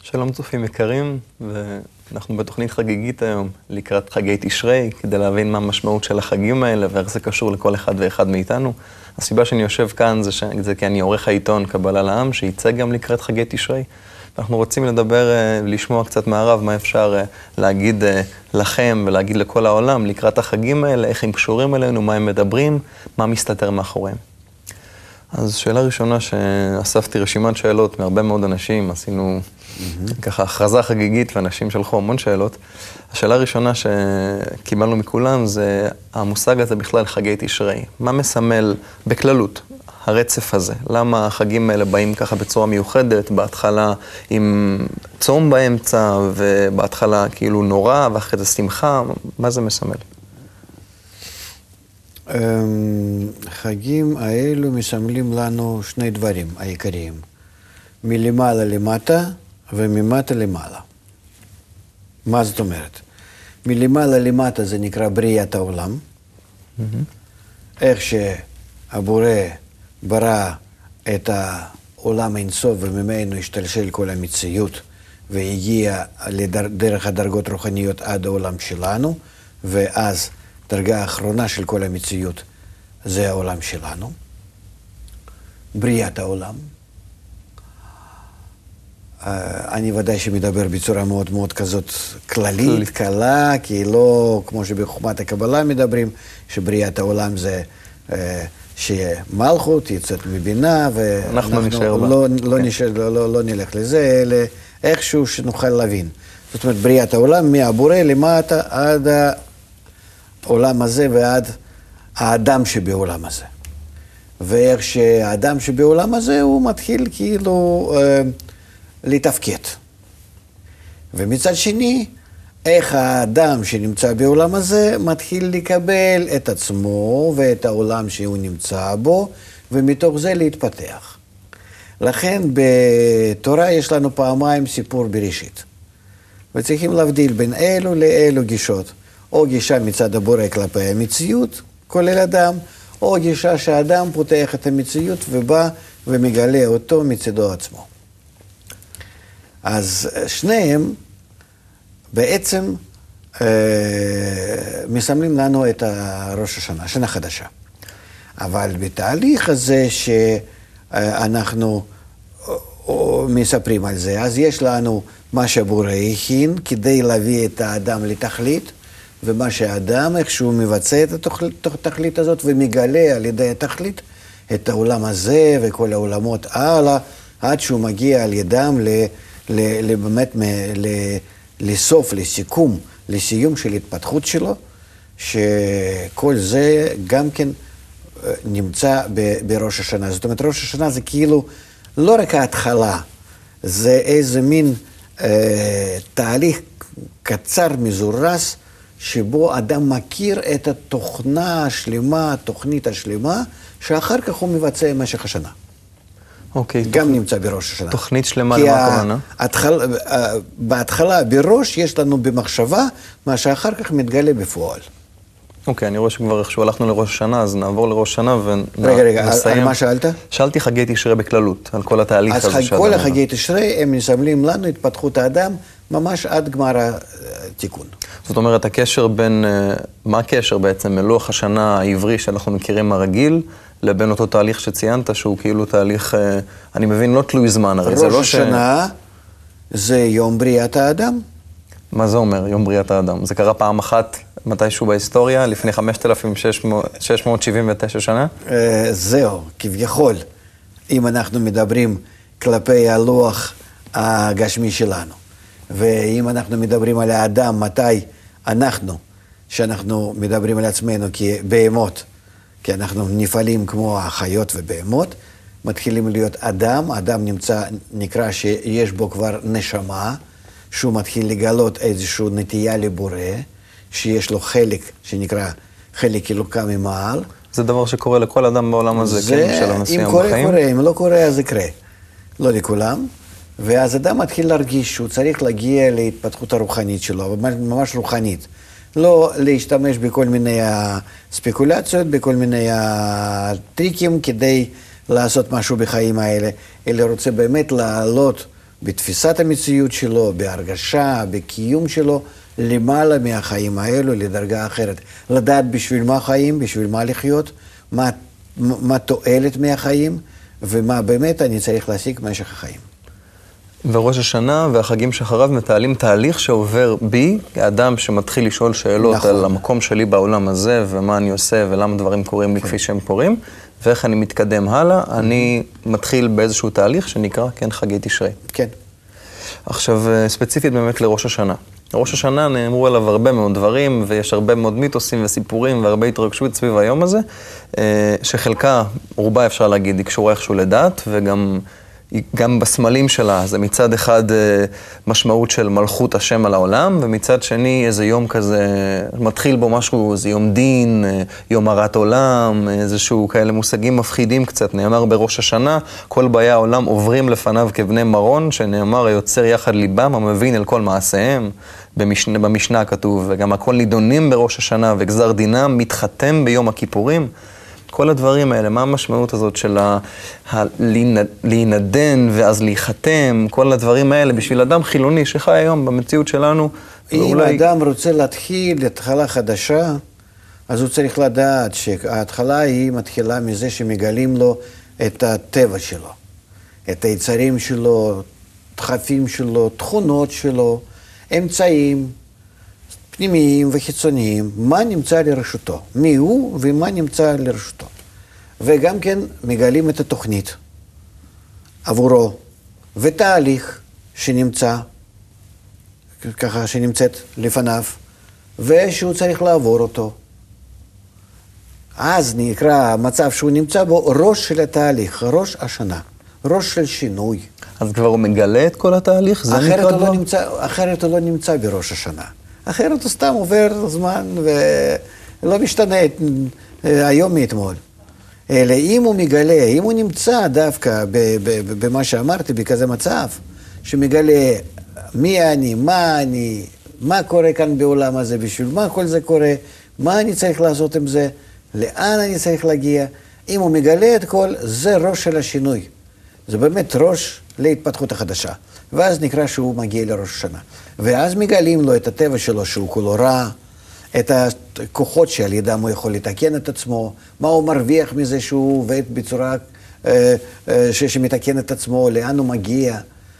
שלום צופים יקרים, ואנחנו בתוכנית חגיגית היום לקראת חגי תשרי, כדי להבין מה המשמעות של החגים האלה ואיך זה קשור לכל אחד ואחד מאיתנו. הסיבה שאני יושב כאן זה כי אני עורך העיתון קבלה לעם, שייצא גם לקראת חגי תשרי. אנחנו רוצים לדבר, לשמוע קצת מהרב, מה אפשר להגיד לכם ולהגיד לכל העולם לקראת החגים האלה, איך הם קשורים אלינו, מה הם מדברים, מה מסתתר מאחוריהם. אז שאלה ראשונה שאספתי רשימת שאלות מהרבה מאוד אנשים, עשינו ככה הכרזה חגיגית ואנשים שלחו המון שאלות. השאלה הראשונה שקיבלנו מכולם זה המושג הזה בכלל חגי תשרי. מה מסמל בכללות הרצף הזה? למה החגים האלה באים ככה בצורה מיוחדת, בהתחלה עם צום באמצע ובהתחלה כאילו נורא ואחרי זה שמחה? מה זה מסמל? חגים האלו מסמלים לנו שני דברים העיקריים. מלמעלה למטה וממטה למעלה. מה זאת אומרת? מלמעלה למטה זה נקרא בריאת העולם. איך שהבורא ברא את העולם אינסוף וממנו השתלשל כל המציאות והגיע דרך הדרגות רוחניות עד העולם שלנו, ואז דרגה האחרונה של כל המציאות זה העולם שלנו. בריאת העולם. אני ודאי שמדבר בצורה מאוד מאוד כזאת כללית, קלה, כי לא כמו שבחוכמת הקבלה מדברים, שבריאת העולם זה שמלכות יוצאת מבינה, ואנחנו לא נלך לזה, אלא איכשהו שנוכל להבין. זאת אומרת, בריאת העולם מהבורא למטה עד העולם הזה ועד האדם שבעולם הזה. ואיך שהאדם שבעולם הזה הוא מתחיל כאילו לתפקד. ומצד שני, איך האדם שנמצא בעולם הזה מתחיל לקבל את עצמו ואת העולם שהוא נמצא בו, ומתוך זה להתפתח. לכן בתורה יש לנו פעמיים סיפור בראשית. וצריכים להבדיל בין אלו לאלו גישות. או גישה מצד הבורא כלפי המציאות, כולל אדם, או גישה שהאדם פותח את המציאות ובא ומגלה אותו מצדו עצמו. אז שניהם בעצם מסמלים לנו את ראש השנה, שנה חדשה. אבל בתהליך הזה שאנחנו מספרים על זה, אז יש לנו מה שהבורא הכין כדי להביא את האדם לתכלית, ומה שהאדם, איך מבצע את התכלית הזאת ומגלה על ידי התכלית את העולם הזה וכל העולמות הלאה, עד שהוא מגיע על ידם באמת לסוף, לסיכום, לסיום של התפתחות שלו, שכל זה גם כן נמצא בראש השנה. זאת אומרת, ראש השנה זה כאילו לא רק ההתחלה, זה איזה מין תהליך קצר מזורז, שבו אדם מכיר את התוכנה השלמה, התוכנית השלמה, שאחר כך הוא מבצע במשך השנה. אוקיי. גם נמצא בראש השנה. תוכנית שלמה למה הכוונה? בהתחלה, בראש, יש לנו במחשבה, מה שאחר כך מתגלה בפועל. אוקיי, אני רואה שכבר איכשהו הלכנו לראש השנה, אז נעבור לראש השנה ונסיים. רגע, על מה שאלת? שאלתי חגי תשרי בכללות, על כל התהליך הזה. אז כל החגי תשרי, הם מסמלים לנו התפתחות האדם, ממש עד גמר התיקון. זאת אומרת, הקשר בין, מה הקשר בעצם מלוח השנה העברי שאנחנו מכירים הרגיל, לבין אותו תהליך שציינת, שהוא כאילו תהליך, אני מבין, לא תלוי זמן, הרי זה לא ראש השנה זה יום בריאת האדם. מה זה אומר, יום בריאת האדם? זה קרה פעם אחת מתישהו בהיסטוריה, לפני 5,679 שנה? זהו, כביכול. אם אנחנו מדברים כלפי הלוח הגשמי שלנו. ואם אנחנו מדברים על האדם, מתי אנחנו, שאנחנו מדברים על עצמנו כבהמות, כי אנחנו נפעלים כמו החיות ובהמות, מתחילים להיות אדם, אדם נקרא שיש בו כבר נשמה, שהוא מתחיל לגלות איזושהי נטייה לבורא, שיש לו חלק שנקרא חלק אלוקה ממעל. זה דבר שקורה לכל אדם בעולם הזה, כן, של הנושאים בחיים? אם קורה, אם לא קורה, אז יקרה. לא לכולם. ואז אדם מתחיל להרגיש שהוא צריך להגיע להתפתחות הרוחנית שלו, ממש רוחנית. לא להשתמש בכל מיני ספקולציות, בכל מיני טריקים כדי לעשות משהו בחיים האלה, אלא רוצה באמת לעלות בתפיסת המציאות שלו, בהרגשה, בקיום שלו, למעלה מהחיים האלו, לדרגה אחרת. לדעת בשביל מה חיים, בשביל מה לחיות, מה תועלת מהחיים, ומה באמת אני צריך להשיג במשך החיים. וראש השנה והחגים שאחריו מתעלים תהליך שעובר בי, כאדם שמתחיל לשאול שאלות נכון. על המקום שלי בעולם הזה, ומה אני עושה, ולמה דברים קורים לי כפי שהם קורים, ואיך אני מתקדם הלאה. אני מתחיל באיזשהו תהליך שנקרא, כן, חגי תשרי. כן. עכשיו, ספציפית באמת לראש השנה. ראש השנה נאמרו עליו הרבה מאוד דברים, ויש הרבה מאוד מיתוסים וסיפורים, והרבה התרגשות סביב היום הזה, שחלקה, רובה אפשר להגיד, היא קשורה איכשהו לדת, וגם בסמלים שלה, זה מצד אחד משמעות של מלכות השם על העולם, ומצד שני איזה יום כזה, מתחיל בו משהו, איזה יום דין, יום הרת עולם, איזשהו כאלה מושגים מפחידים קצת. נאמר בראש השנה, כל באי העולם עוברים לפניו כבני מרון, שנאמר היוצר יחד ליבם, המבין אל כל מעשיהם. במשנה כתוב, וגם הכל נידונים בראש השנה, וגזר דינם מתחתם ביום הכיפורים. כל הדברים האלה, מה המשמעות הזאת של להינדן ואז להיחתם, כל הדברים האלה בשביל אדם חילוני שחי היום במציאות שלנו. אם ואולי... אדם רוצה להתחיל התחלה חדשה, אז הוא צריך לדעת שההתחלה היא מתחילה מזה שמגלים לו את הטבע שלו, את היצרים שלו, דחפים שלו, תכונות שלו, אמצעים פנימיים וחיצוניים, מה נמצא לרשותו, מי הוא ומה נמצא לרשותו. וגם כן מגלים את התוכנית עבורו, ותהליך שנמצא, ככה שנמצאת לפניו, ושהוא צריך לעבור אותו. אז נקרא המצב שהוא נמצא בו ראש של התהליך, ראש השנה, ראש של שינוי. אז כבר הוא מגלה את כל התהליך? אחרת הוא לא נמצא בראש השנה. אחרת הוא סתם עובר זמן ולא משתנה היום מאתמול. אלא אם הוא מגלה, אם הוא נמצא דווקא במה שאמרתי, בכזה מצב, שמגלה מי אני, מה קורה כאן בעולם הזה, בשביל מה כל זה קורה, מה אני צריך לעשות עם זה, לאן אני צריך להגיע. אם הוא מגלה את כל, זה ראש של השינוי. זה באמת ראש להתפתחות החדשה. ואז נקרא שהוא מגיע לראש השנה. ואז מגלים לו את הטבע שלו שהוא כולו רע, את הכוחות שעל ידם הוא יכול לתקן את עצמו, מה הוא מרוויח מזה שהוא עובד בצורה שמתקן את עצמו, לאן הוא מגיע,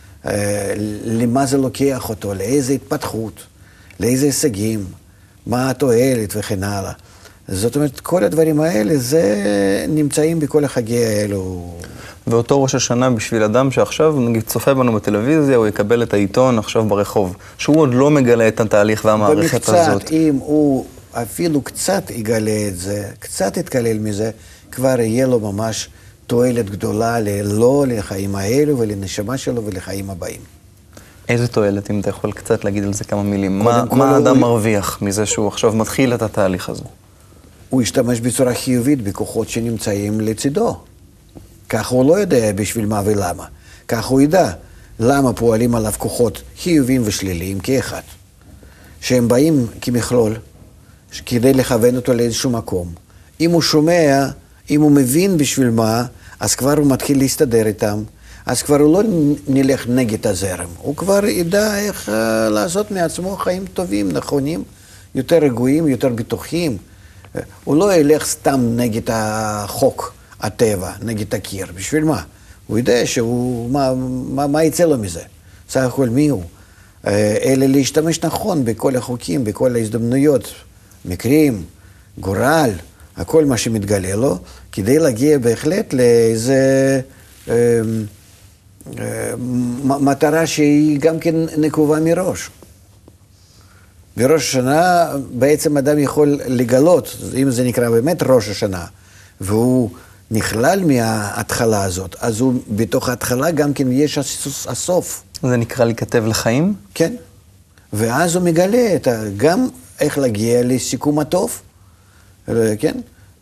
למה זה לוקח אותו, לאיזה התפתחות, לאיזה הישגים, מה התועלת וכן הלאה. זאת אומרת, כל הדברים האלה זה נמצאים בכל החגי האלו. ואותו ראש השנה בשביל אדם שעכשיו, נגיד, צופה בנו בטלוויזיה, הוא יקבל את העיתון עכשיו ברחוב, שהוא עוד לא מגלה את התהליך והמערכת הזאת. במקצת, אם הוא אפילו קצת יגלה את זה, קצת יתקלל מזה, כבר יהיה לו ממש תועלת גדולה לא לחיים האלו ולנשמה שלו ולחיים הבאים. איזה תועלת, אם אתה יכול קצת להגיד על זה כמה מילים? מה האדם מרוויח מזה שהוא עכשיו מתחיל את התהליך הזה? הוא ישתמש בצורה חיובית בכוחות שנמצאים לצידו. כך הוא לא יודע בשביל מה ולמה. כך הוא ידע למה פועלים עליו כוחות חיוביים ושליליים כאחד. שהם באים כמכלול, כדי לכוון אותו לאיזשהו מקום. אם הוא שומע, אם הוא מבין בשביל מה, אז כבר הוא מתחיל להסתדר איתם. אז כבר הוא לא נלך נגד הזרם. הוא כבר ידע איך לעשות מעצמו חיים טובים, נכונים, יותר רגועים, יותר בטוחים. הוא לא ילך סתם נגד החוק. הטבע, נגד הקיר, בשביל מה? הוא יודע שהוא, מה יצא לו מזה? סך הכל מי הוא? אלא להשתמש נכון בכל החוקים, בכל ההזדמנויות, מקרים, גורל, הכל מה שמתגלה לו, כדי להגיע בהחלט לאיזה מטרה שהיא גם כן נקובה מראש. בראש השנה בעצם אדם יכול לגלות, אם זה נקרא באמת ראש השנה, והוא נכלל מההתחלה הזאת, אז הוא בתוך ההתחלה גם כן יש הסוף. זה נקרא להיכתב לחיים? כן. ואז הוא מגלה גם איך להגיע לסיכום הטוב, כן?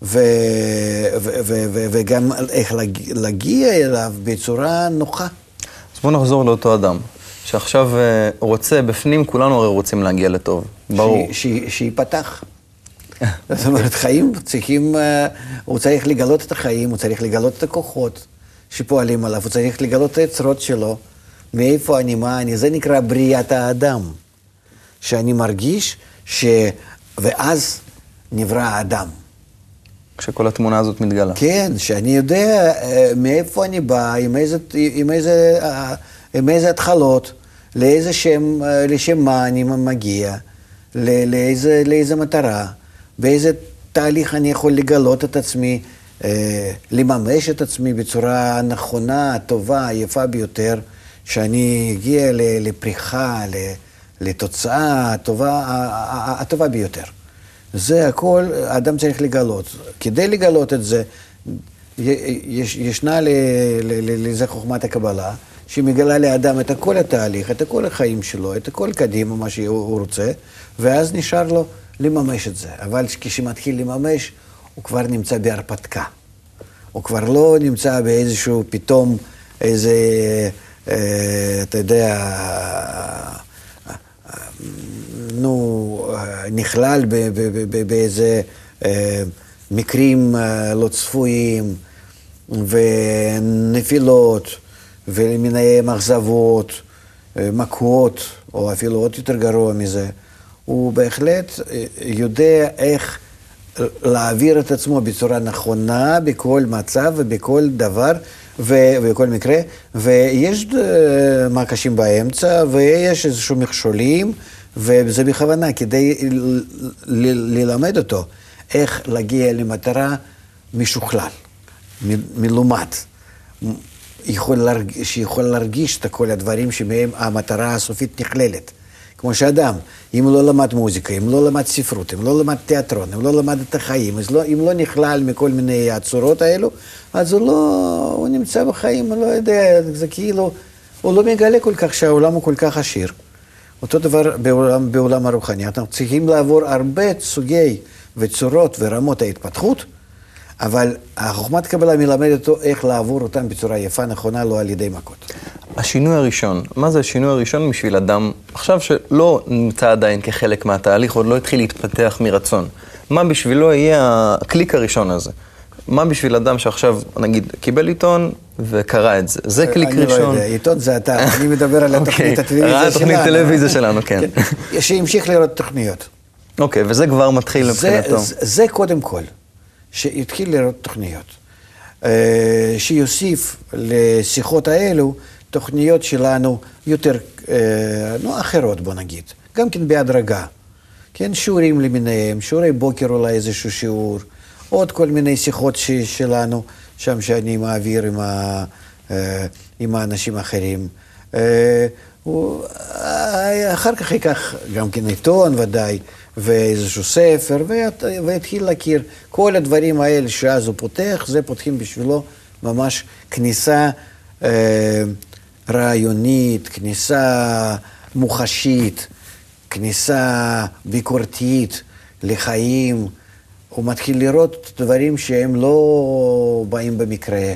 וגם איך להגיע אליו בצורה נוחה. אז בואו נחזור לאותו אדם, שעכשיו רוצה, בפנים כולנו הרי רוצים להגיע לטוב, ברור. שיפתח. זאת אומרת, חיים צריכים, הוא צריך לגלות את החיים, הוא צריך לגלות את הכוחות שפועלים עליו, הוא צריך לגלות את היצרות שלו, מאיפה אני, מה אני, זה נקרא בריאת האדם. שאני מרגיש ואז נברא האדם. כשכל התמונה הזאת מתגלה. כן, שאני יודע מאיפה אני בא, עם איזה התחלות, לשם מה אני מגיע, לאיזה מטרה, באיזה תהליך אני יכול לגלות את עצמי, לממש את עצמי בצורה נכונה, טובה, יפה ביותר, שאני אגיע לפריחה, לתוצאה הטובה ביותר. זה הכל, האדם צריך לגלות. כדי לגלות את זה, ישנה לזה חוכמת הקבלה, שמגלה לאדם את כל התהליך, את כל החיים שלו, את כל קדימה, מה שהוא רוצה, ואז נשאר לו לממש את זה. אבל כשמתחיל לממש, הוא כבר נמצא בהרפתקה. הוא כבר לא נמצא באיזשהו פתאום, אתה יודע, נכלל באיזה מקרים לא צפויים ונפילות ולמיני מחזבות, מכות, או אפילו עוד יותר גרוע מזה. הוא בהחלט יודע איך להעביר את עצמו בצורה נכונה בכל מצב ובכל דבר ובכל מקרה, ויש מה קשים באמצע ויש איזשהו מכשולים, וזה בכוונה כדי ללמד אותו איך להגיע למטרה משוכלל, מלומד, שיכול להרגיש את כל הדברים שמהם המטרה הסופית נכללת. כמו שאדם, אם הוא לא למד מוזיקה, אם לא למד ספרות, אם לא למד תיאטרון, אם לא למד את החיים, אם לא נכלל מכל מיני הצורות האלו, אז הוא נמצא בחיים, הוא לא יודע, זה כאילו, הוא לא מגלה כל כך שהעולם הוא כל כך עשיר. אותו דבר בעולם הרוחני. אנחנו צריכים לעבור הרבה סוגי וצורות ורמות ההתפתחות, אבל החוכמת קבלה מלמדת אותו איך לעבור אותם בצורה יפה, נכונה, לא על ידי מכות. השינוי הראשון, מה זה השינוי הראשון בשביל אדם, עכשיו שלא נמצא עדיין כחלק מהתהליך, עוד לא התחיל להתפתח מרצון. מה בשבילו יהיה הקליק הראשון הזה? מה בשביל אדם שעכשיו, נגיד, קיבל עיתון וקרא את זה? זה קליק ראשון. אני לא יודע, עיתון זה אתה, אני מדבר על התוכנית הטלוויזיה שלנו. ראה תוכנית טלוויזיה שלנו, כן. שימשיך לראות תוכניות. אוקיי, וזה כבר מתחיל מבחינתו. זה קודם כל, שיתחיל לראות תוכניות. שיוסיף לשיחות האלו תוכניות שלנו יותר, אחרות בוא נגיד, גם כן בהדרגה. כן, שיעורים למיניהם, שיעורי בוקר אולי איזשהו שיעור, עוד כל מיני שיחות שלנו, שם שאני מעביר עם האנשים האחרים. אחר כך ייקח גם כן עיתון ודאי, ואיזשהו ספר, והתחיל להכיר. כל הדברים האלה שאז הוא פותח, זה פותחים בשבילו ממש כניסה רעיונית, כניסה מוחשית, כניסה ביקורתית לחיים. הוא מתחיל לראות דברים שהם לא באים במקרה,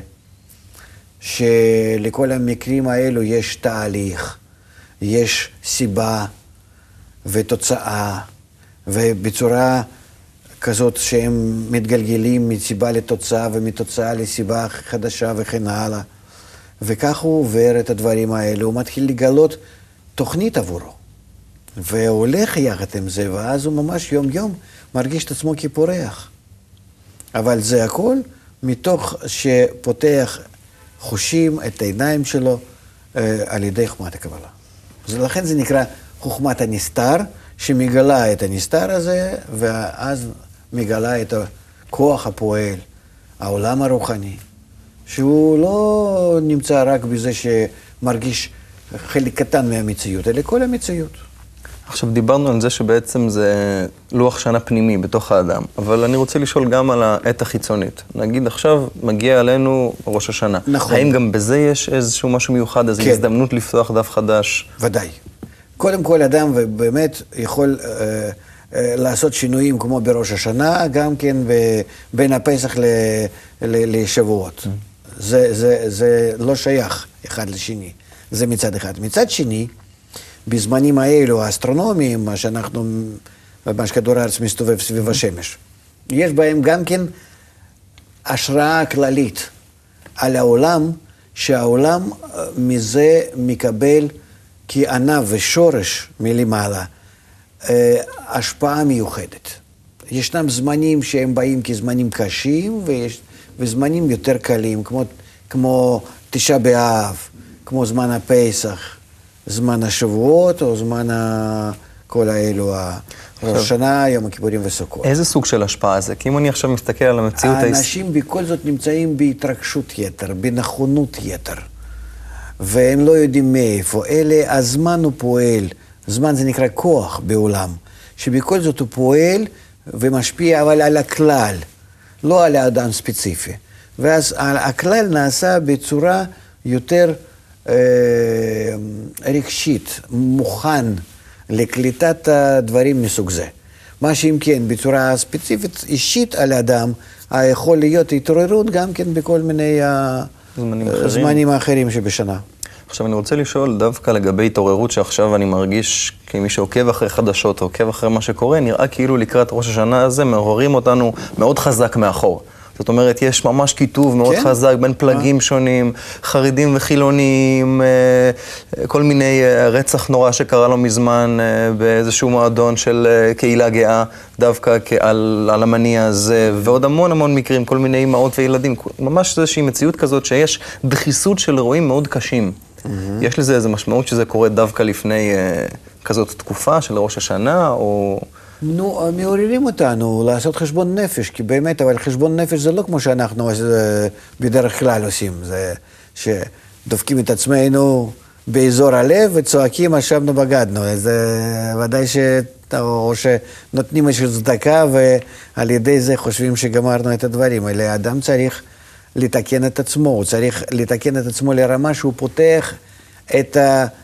שלכל המקרים האלו יש תהליך, יש סיבה ותוצאה, ובצורה כזאת שהם מתגלגלים מסיבה לתוצאה ומתוצאה לסיבה חדשה וכן הלאה. וכך הוא עובר את הדברים האלו, הוא מתחיל לגלות תוכנית עבורו. והוא הולך יחד עם זה, ואז הוא ממש יום יום מרגיש את עצמו כפורח. אבל זה הכל מתוך שפותח חושים את העיניים שלו על ידי חוכמת הקבלה. לכן זה נקרא חוכמת הנסתר, שמגלה את הנסתר הזה, ואז מגלה את הכוח הפועל, העולם הרוחני, שהוא לא נמצא רק בזה שמרגיש חלק קטן מהמציאות, אלא כל המציאות. עכשיו דיברנו על זה שבעצם זה לוח שנה פנימי בתוך האדם, אבל אני רוצה לשאול גם על העת החיצונית. נגיד עכשיו מגיע עלינו ראש השנה. נכון. האם גם בזה יש איזשהו משהו מיוחד, איזו הזדמנות לפתוח דף חדש? ודאי. קודם כל אדם באמת יכול לעשות שינויים כמו בראש השנה, גם כן בין הפסח לשבועות. זה לא שייך אחד לשני. זה מצד אחד. מצד שני, בזמנים האלו, האסטרונומיים, מה שכדור הארץ מסתובב סביב השמש, יש בהם גם כן השראה כללית על העולם שהעולם מזה מקבל כענב ושורש מלמעלה השפעה מיוחדת. ישנם זמנים שהם באים כזמנים קשים, וזמנים יותר קלים, כמו תשעה באב, כמו זמן הפסח, זמן השבועות, או זמן כל האלו, ראש השנה, יום הכיפורים וסוכות. איזה סוג של השפעה זה? כי אם אני עכשיו מסתכל על המציאות... האנשים בכל זאת נמצאים בהתרגשות יתר, בנכונות יתר, והם לא יודעים מאיפה. הזמן הוא פועל, זמן זה נקרא כוח בעולם, שבכל זאת הוא פועל ומשפיע אבל על הכלל, לא על האדם ספציפי. ואז הכלל נעשה בצורה יותר רגשית, מוכן לקליטת הדברים מסוג זה. מה שאם כן, בצורה ספציפית אישית על האדם, יכול להיות התעוררות גם כן בכל מיני זמנים אחרים שבשנה. עכשיו אני רוצה לשאול דווקא לגבי התעוררות שעכשיו אני מרגיש כמי שעוקב אחרי חדשות או עוקב אחרי מה שקורה, נראה כאילו לקראת ראש השנה הזה מעוררים אותנו מאוד חזק מאחור. זאת אומרת, יש ממש כיתוב מאוד חזק בין פלגים שונים, חרדים וחילונים, כל מיני רצח נורא שקרה לו מזמן באיזשהו מועדון של קהילה גאה, דווקא על המניע הזה, ועוד המון מקרים, כל מיני אמהות וילדים. ממש איזושהי מציאות כזאת שיש דחיסות של אירועים מאוד קשים. יש לזה איזו משמעות שזה קורה דווקא לפני כזאת תקופה של ראש השנה, או... נו, מעוררים אותנו לעשות חשבון נפש, כי באמת, אבל חשבון נפש זה לא כמו שאנחנו בדרך כלל עושים, זה שדופקים את עצמנו באזור הלב וצועקים, אשמנו בגדנו, זה ודאי או שנותנים איזושהי צדקה ועל ידי זה חושבים שגמרנו את הדברים, אלא האדם צריך לתקן את עצמו, הוא צריך לתקן את עצמו לרמה שהוא פותח את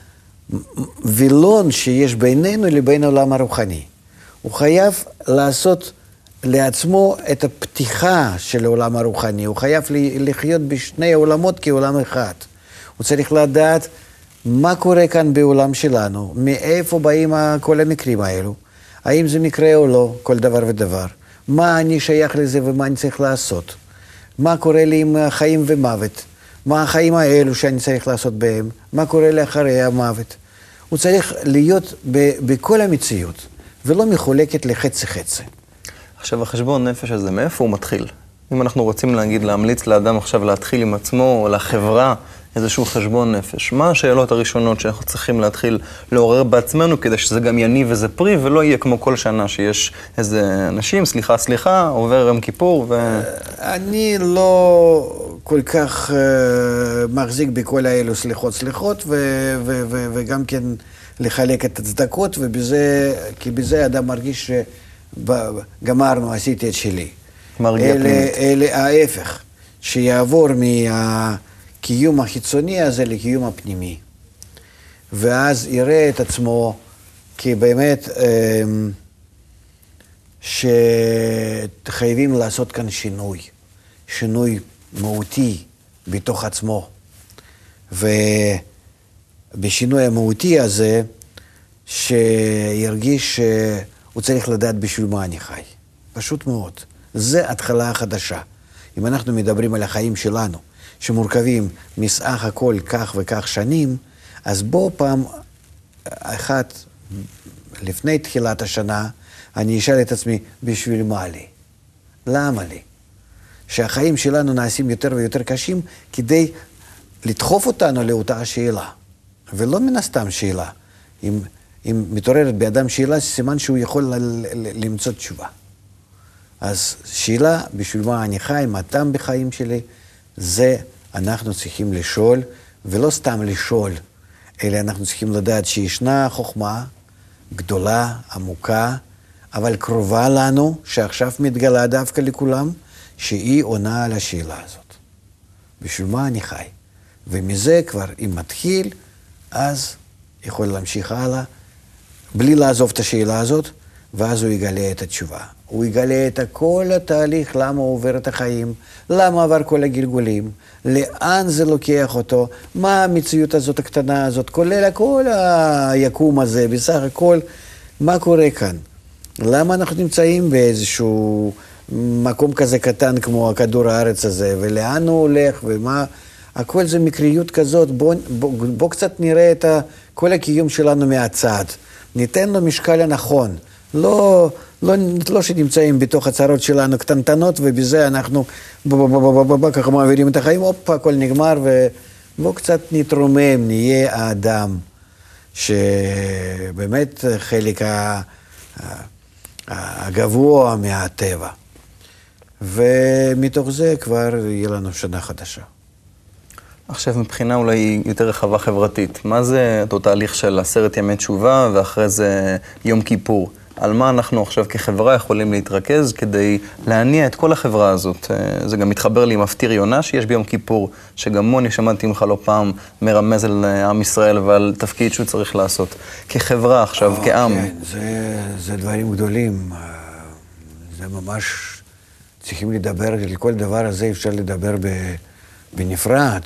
הווילון שיש בינינו לבין העולם הרוחני. הוא חייב לעשות לעצמו את הפתיחה של העולם הרוחני, הוא חייב לחיות בשני העולמות כעולם אחד. הוא צריך לדעת מה קורה כאן בעולם שלנו, מאיפה באים כל המקרים האלו, האם זה מקרה או לא, כל דבר ודבר, מה אני שייך לזה ומה אני צריך לעשות, מה קורה לי עם חיים ומוות, מה החיים האלו שאני צריך לעשות בהם, מה קורה לי אחרי המוות. הוא צריך להיות בכל המציאות. ולא מחולקת לחצי-חצי. עכשיו, החשבון נפש הזה, מאיפה הוא מתחיל? אם אנחנו רוצים להמליץ לאדם עכשיו להתחיל עם עצמו, או לחברה, איזשהו חשבון נפש, מה השאלות הראשונות שאנחנו צריכים להתחיל לעורר בעצמנו, כדי שזה גם יניב איזה פרי, ולא יהיה כמו כל שנה שיש איזה אנשים, סליחה, עובר יום כיפור, אני לא כל כך מחזיק בכל האלו סליחות, וגם כן... לחלק את הצדקות, כי בזה האדם מרגיש שגמרנו, עשיתי את שלי. אלה ההפך, שיעבור מהקיום החיצוני הזה לקיום הפנימי. ואז יראה את עצמו כבאמת שחייבים לעשות כאן שינוי מהותי בתוך עצמו. בשינוי המהותי הזה, שירגיש שהוא צריך לדעת בשביל מה אני חי. פשוט מאוד. זה התחלה החדשה. אם אנחנו מדברים על החיים שלנו, שמורכבים מסך הכל כך וכך שנים, אז בוא פעם אחת, לפני תחילת השנה, אני אשאל את עצמי, בשביל מה לי? למה לי? שהחיים שלנו נעשים יותר ויותר קשים, כדי לדחוף אותנו לאותה השאלה. ולא מן הסתם שאלה. אם מתעוררת באדם שאלה, סימן שהוא יכול למצוא תשובה. אז שאלה, בשביל מה אני חי, מה הטעם בחיים שלי, זה אנחנו צריכים לשאול, ולא סתם לשאול, אלא אנחנו צריכים לדעת שישנה חוכמה גדולה, עמוקה, אבל קרובה לנו, שעכשיו מתגלה דווקא לכולם, שהיא עונה על השאלה הזאת. בשביל מה אני חי? ומזה כבר, אם מתחיל, אז יכול להמשיך הלאה, בלי לעזוב את השאלה הזאת, ואז הוא יגלה את התשובה. הוא יגלה את כל התהליך, למה הוא עובר את החיים, למה עבר כל הגלגולים, לאן זה לוקח אותו, מה המציאות הזאת הקטנה הזאת, כולל כל היקום הזה, בסך הכל, מה קורה כאן. למה אנחנו נמצאים באיזשהו מקום כזה קטן כמו הכדור הארץ הזה, ולאן הוא הולך, ומה הכל זה מקריות כזאת, בוא קצת נראה את כל הקיום שלנו מהצד. ניתן לו משקל הנכון. לא שנמצאים בתוך הצרות שלנו קטנטנות, ובזה אנחנו ככה מעבירים את החיים, הופה, הכל נגמר, ובוא קצת נתרומם, נהיה האדם, שבאמת חלק הגבוה מהטבע. ומתוך זה כבר יהיה לנו שנה חדשה. עכשיו מבחינה אולי יותר רחבה חברתית, מה זה אותו תהליך של 10 ימי תשובה ואחרי זה יום כיפור? על מה אנחנו עכשיו כחברה יכולים להתרכז כדי להניע את כל החברה הזאת? זה גם מתחבר לי עם מפטיר יונה שיש ביום כיפור, שגם מוני שמעתי ממך לא פעם מרמז על עם ישראל ועל תפקיד שהוא צריך לעשות. כחברה עכשיו, כעם. כן, זה דברים גדולים. זה ממש צריכים לדבר, על כל דבר הזה אפשר לדבר בנפרד.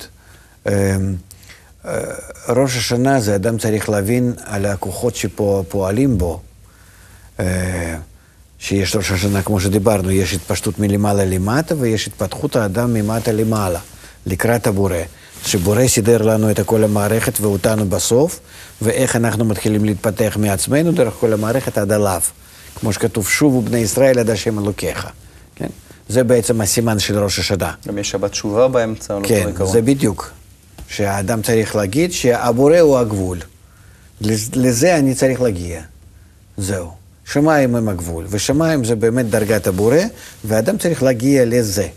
ראש השנה זה אדם צריך להבין על הכוחות שפועלים בו. שיש ראש השנה, כמו שדיברנו, יש התפשטות מלמעלה למטה, ויש התפתחות האדם ממטה למעלה, לקראת הבורא. שבורא סידר לנו את כל המערכת ואותנו בסוף, ואיך אנחנו מתחילים להתפתח מעצמנו דרך כל המערכת עד עליו. כמו שכתוב, שובו בני ישראל עד השם אלוקיך. כן? זה בעצם הסימן של ראש השנה. גם יש שבת תשובה באמצע. כן, זה בדיוק. שהאדם צריך להגיד שהבורא הוא הגבול. לזה אני צריך להגיע. זהו. שמיים הם הגבול, ושמיים זה באמת דרגת הבורא, והאדם צריך להגיע לזה.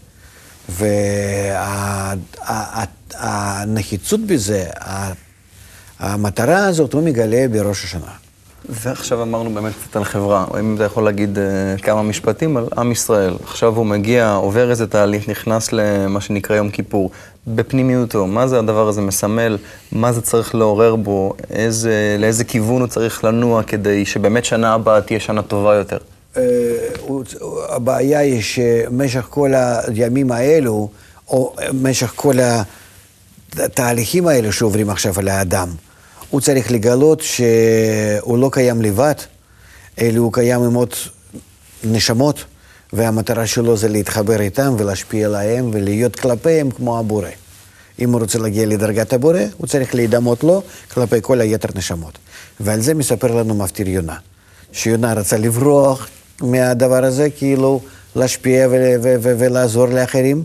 והנחיצות בזה, המטרה הזאת הוא מגלה בראש השנה. ועכשיו אמרנו באמת קצת על חברה, אם אתה יכול להגיד כמה משפטים על עם ישראל. עכשיו הוא מגיע, עובר איזה תהליך, נכנס למה שנקרא יום כיפור, בפנימיותו. מה זה הדבר הזה מסמל? מה זה צריך לעורר בו? לאיזה כיוון הוא צריך לנוע כדי שבאמת שנה הבאה תהיה שנה טובה יותר? הבעיה היא שמשך כל הימים האלו, או משך כל התהליכים האלו שעוברים עכשיו על האדם, הוא צריך לגלות שהוא לא קיים לבד, אלא הוא קיים עם עוד נשמות, והמטרה שלו זה להתחבר איתם ולהשפיע עליהם ולהיות כלפיהם כמו הבורא. אם הוא רוצה להגיע לדרגת הבורא, הוא צריך להידמות לו כלפי כל היתר נשמות. ועל זה מספר לנו מפטיר יונה. שיונה רצה לברוח מהדבר הזה, כאילו להשפיע ולעזור לאחרים,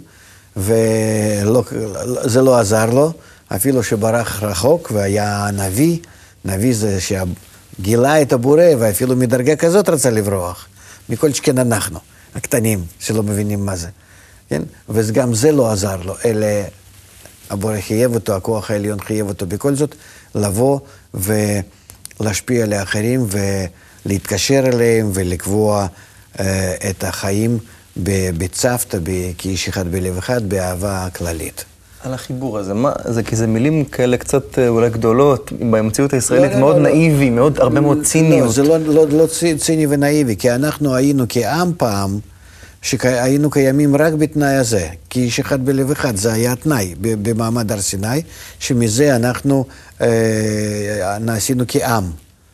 וזה לא עזר לו. אפילו שברח רחוק והיה נביא, נביא זה שגילה את הבורא, ואפילו מדרגה כזאת רצה לברוח. מכל שכן אנחנו, הקטנים, שלא מבינים מה זה. כן? וגם זה לא עזר לו, אלא הבורא חייב אותו, הכוח העליון חייב אותו בכל זאת, לבוא ולהשפיע לאחרים ולהתקשר אליהם ולקבוע את החיים בצוותא, כאיש אחד בלב אחד, באהבה כללית. על החיבור הזה, זה כי זה מילים כאלה קצת אולי גדולות, במציאות הישראלית מאוד נאיבי, מאוד, הרבה מאוד ציניות. לא, זה לא ציני ונאיבי, כי אנחנו היינו כעם פעם, שהיינו קיימים רק בתנאי הזה, כי איש אחד בלב אחד, זה היה התנאי במעמד הר סיני, שמזה אנחנו נעשינו כעם.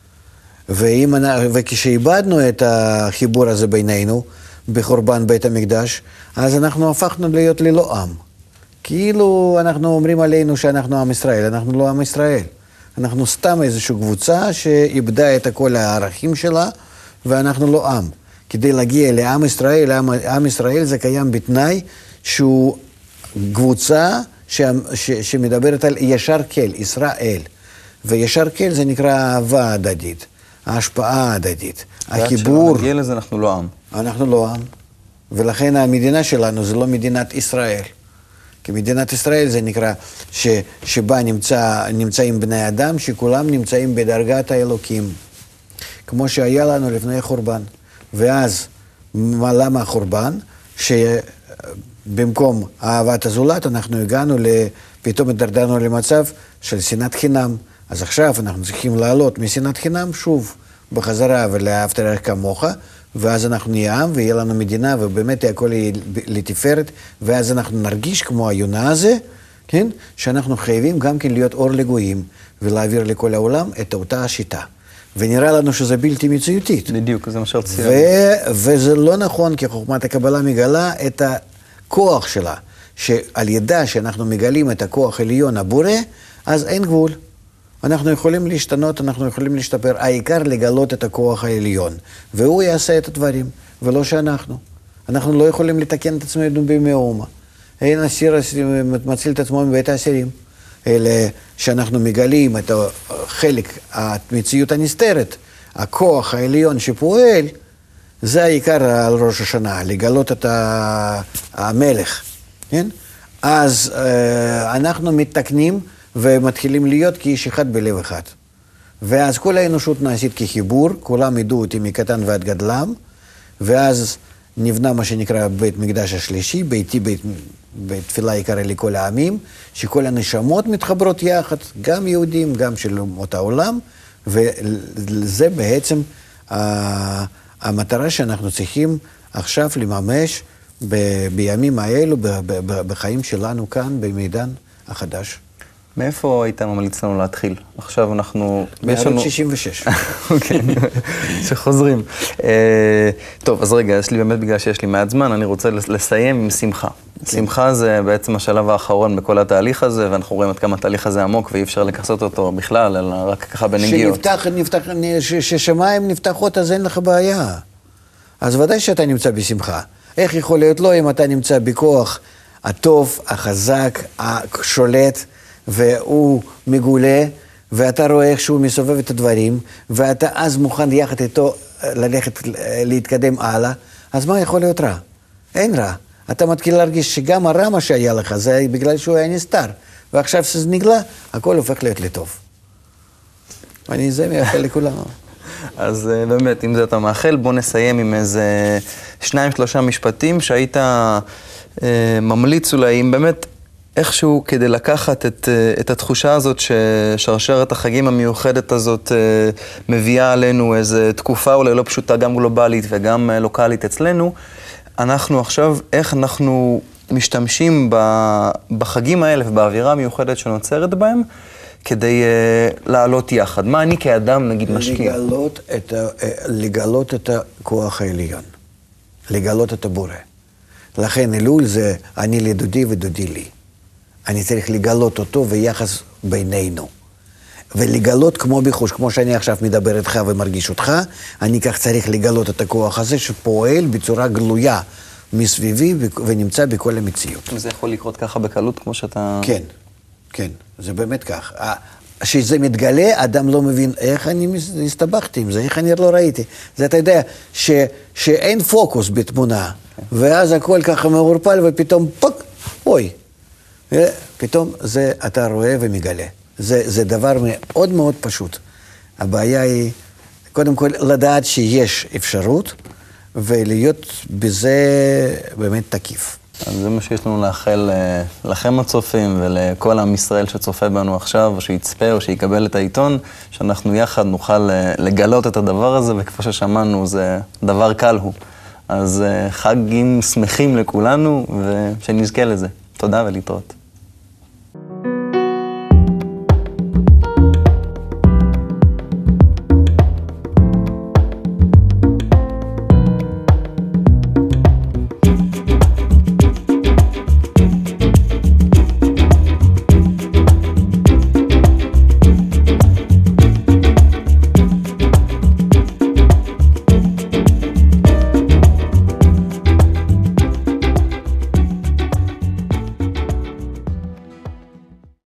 וכשאיבדנו את החיבור הזה בינינו, בחורבן בית המקדש, אז אנחנו הפכנו להיות ללא עם. כאילו אנחנו אומרים עלינו שאנחנו עם ישראל, אנחנו לא עם ישראל. אנחנו סתם איזושהי קבוצה שאיבדה את כל הערכים שלה, ואנחנו לא עם. כדי להגיע לעם ישראל, עם ישראל זה קיים בתנאי שהוא קבוצה שמדברת על ישר כל, ישראל. וישר כל זה נקרא אהבה הדדית, ההשפעה הדדית, החיבור. ועד שנגיע לזה אנחנו לא עם. אנחנו לא עם. ולכן המדינה שלנו זה לא מדינת ישראל. כי מדינת ישראל זה נקרא שבה נמצאים בני אדם, שכולם נמצאים בדרגת האלוקים. כמו שהיה לנו לפני החורבן. ואז, למה החורבן? שבמקום אהבת הזולת, אנחנו הגענו, פתאום התדרדרנו למצב של שנאת חינם. אז עכשיו אנחנו צריכים לעלות משנאת חינם שוב בחזרה ולאהבת לרעך כמוך, ואז אנחנו נהיה עם ויהיה לנו מדינה, ובאמת הכל יהיה לתפארת, ואז אנחנו נרגיש כמו היונה הזה, כן? שאנחנו חייבים גם כן להיות אור לגויים, ולהעביר לכל העולם את אותה השיטה. ונראה לנו שזה בלתי מציאותית. בדיוק, זה מה שרציתי. וזה לא נכון, כי חוכמת הקבלה מגלה את הכוח שלה, שעל ידה שאנחנו מגלים את הכוח העליון הבורא, אז אין גבול. אנחנו יכולים להשתנות, אנחנו יכולים להשתפר. העיקר לגלות את הכוח העליון, והוא יעשה את הדברים, ולא שאנחנו. אנחנו לא יכולים לתקן את עצמנו במאומה. אין אסיר מציל את עצמו מבית האסירים. אלא שאנחנו מגלים את חלק, המציאות הנסתרת, הכוח העליון שפועל, זה העיקר על ראש השנה, לגלות את המלך. כן? אז אנחנו מתקנים ומתחילים להיות כאיש אחד בלב אחד. ואז כל האנושות נעשית כחיבור, כולם ידעו אותי מקטן ועד גדלם, ואז נבנה מה שנקרא בית מקדש השלישי, ביתי בית תפילה יקרא לכל העמים, שכל הנשמות מתחברות יחד, גם יהודים, גם של אומות העולם, וזה בעצם המטרה שאנחנו צריכים עכשיו לממש בימים האלו, בחיים שלנו כאן, במעידן החדש. מאיפה היית ממליץ לנו להתחיל? עכשיו אנחנו... בערוץ 66. אוקיי, שחוזרים. טוב, אז רגע, יש לי באמת, בגלל שיש לי מעט זמן, אני רוצה לסיים עם שמחה. שמחה זה בעצם השלב האחרון בכל התהליך הזה, ואנחנו רואים עד כמה התהליך הזה עמוק, ואי אפשר לקחת אותו בכלל, אלא רק ככה בנגיעות. ששמיים נפתחות, אז אין לך בעיה. אז ודאי שאתה נמצא בשמחה. איך יכול להיות לא אם אתה נמצא בכוח הטוב, החזק, השולט, והוא מגולה, ואתה רואה איך שהוא מסובב את הדברים, ואתה אז מוכן יחד איתו ללכת, להתקדם הלאה, אז מה יכול להיות רע? אין רע. אתה מתחיל להרגיש שגם הרע מה שהיה לך, זה בגלל שהוא היה נסתר. ועכשיו שזה נגלה, הכל הופך להיות לטוב. זה מייחל לכולם. אז באמת, אם זה אתה מאחל, בוא נסיים עם איזה 2-3 משפטים שהיית ממליץ אולי, אם באמת איכשהו כדי לקחת את התחושה הזאת ששרשרת החגים המיוחדת הזאת מביאה עלינו איזו תקופה אולי לא פשוטה, גם גלובלית וגם לוקלית אצלנו, אנחנו עכשיו, איך אנחנו משתמשים בחגים האלה ובאווירה המיוחדת שנוצרת בהם, כדי לעלות יחד. מה אני כאדם, נגיד, משקיע? לגלות את הכוח העליון. לגלות את הבורא. לכן אלול זה אני לדודי ודודי לי. אני צריך לגלות אותו ויחס בינינו. ולגלות כמו בחוש, כמו שאני עכשיו מדבר איתך ומרגיש אותך, אני כך צריך לגלות את הכוח הזה שפועל בצורה גלויה מסביבי ונמצא בכל המציאות. זה יכול לקרות ככה בקלות כמו שאתה... כן, כן, זה באמת כך. כשזה מתגלה, אדם לא מבין איך אני הסתבכתי עם זה, איך אני לא ראיתי. זה אתה יודע שאין פוקוס בתמונה, ואז הכל ככה מעורפל ופתאום פוק, אוי. פתאום זה אתה רואה ומגלה. זה דבר מאוד מאוד פשוט. הבעיה היא, קודם כל, לדעת שיש אפשרות, ולהיות בזה באמת תקיף. אז זה מה שיש לנו לאחל לכם הצופים ולכל עם ישראל שצופה בנו עכשיו, או שיצפה או שיקבל את העיתון, שאנחנו יחד נוכל לגלות את הדבר הזה, וכפי ששמענו זה דבר קל הוא. אז חגים שמחים לכולנו ושנזכה לזה. תודה ולהתראות.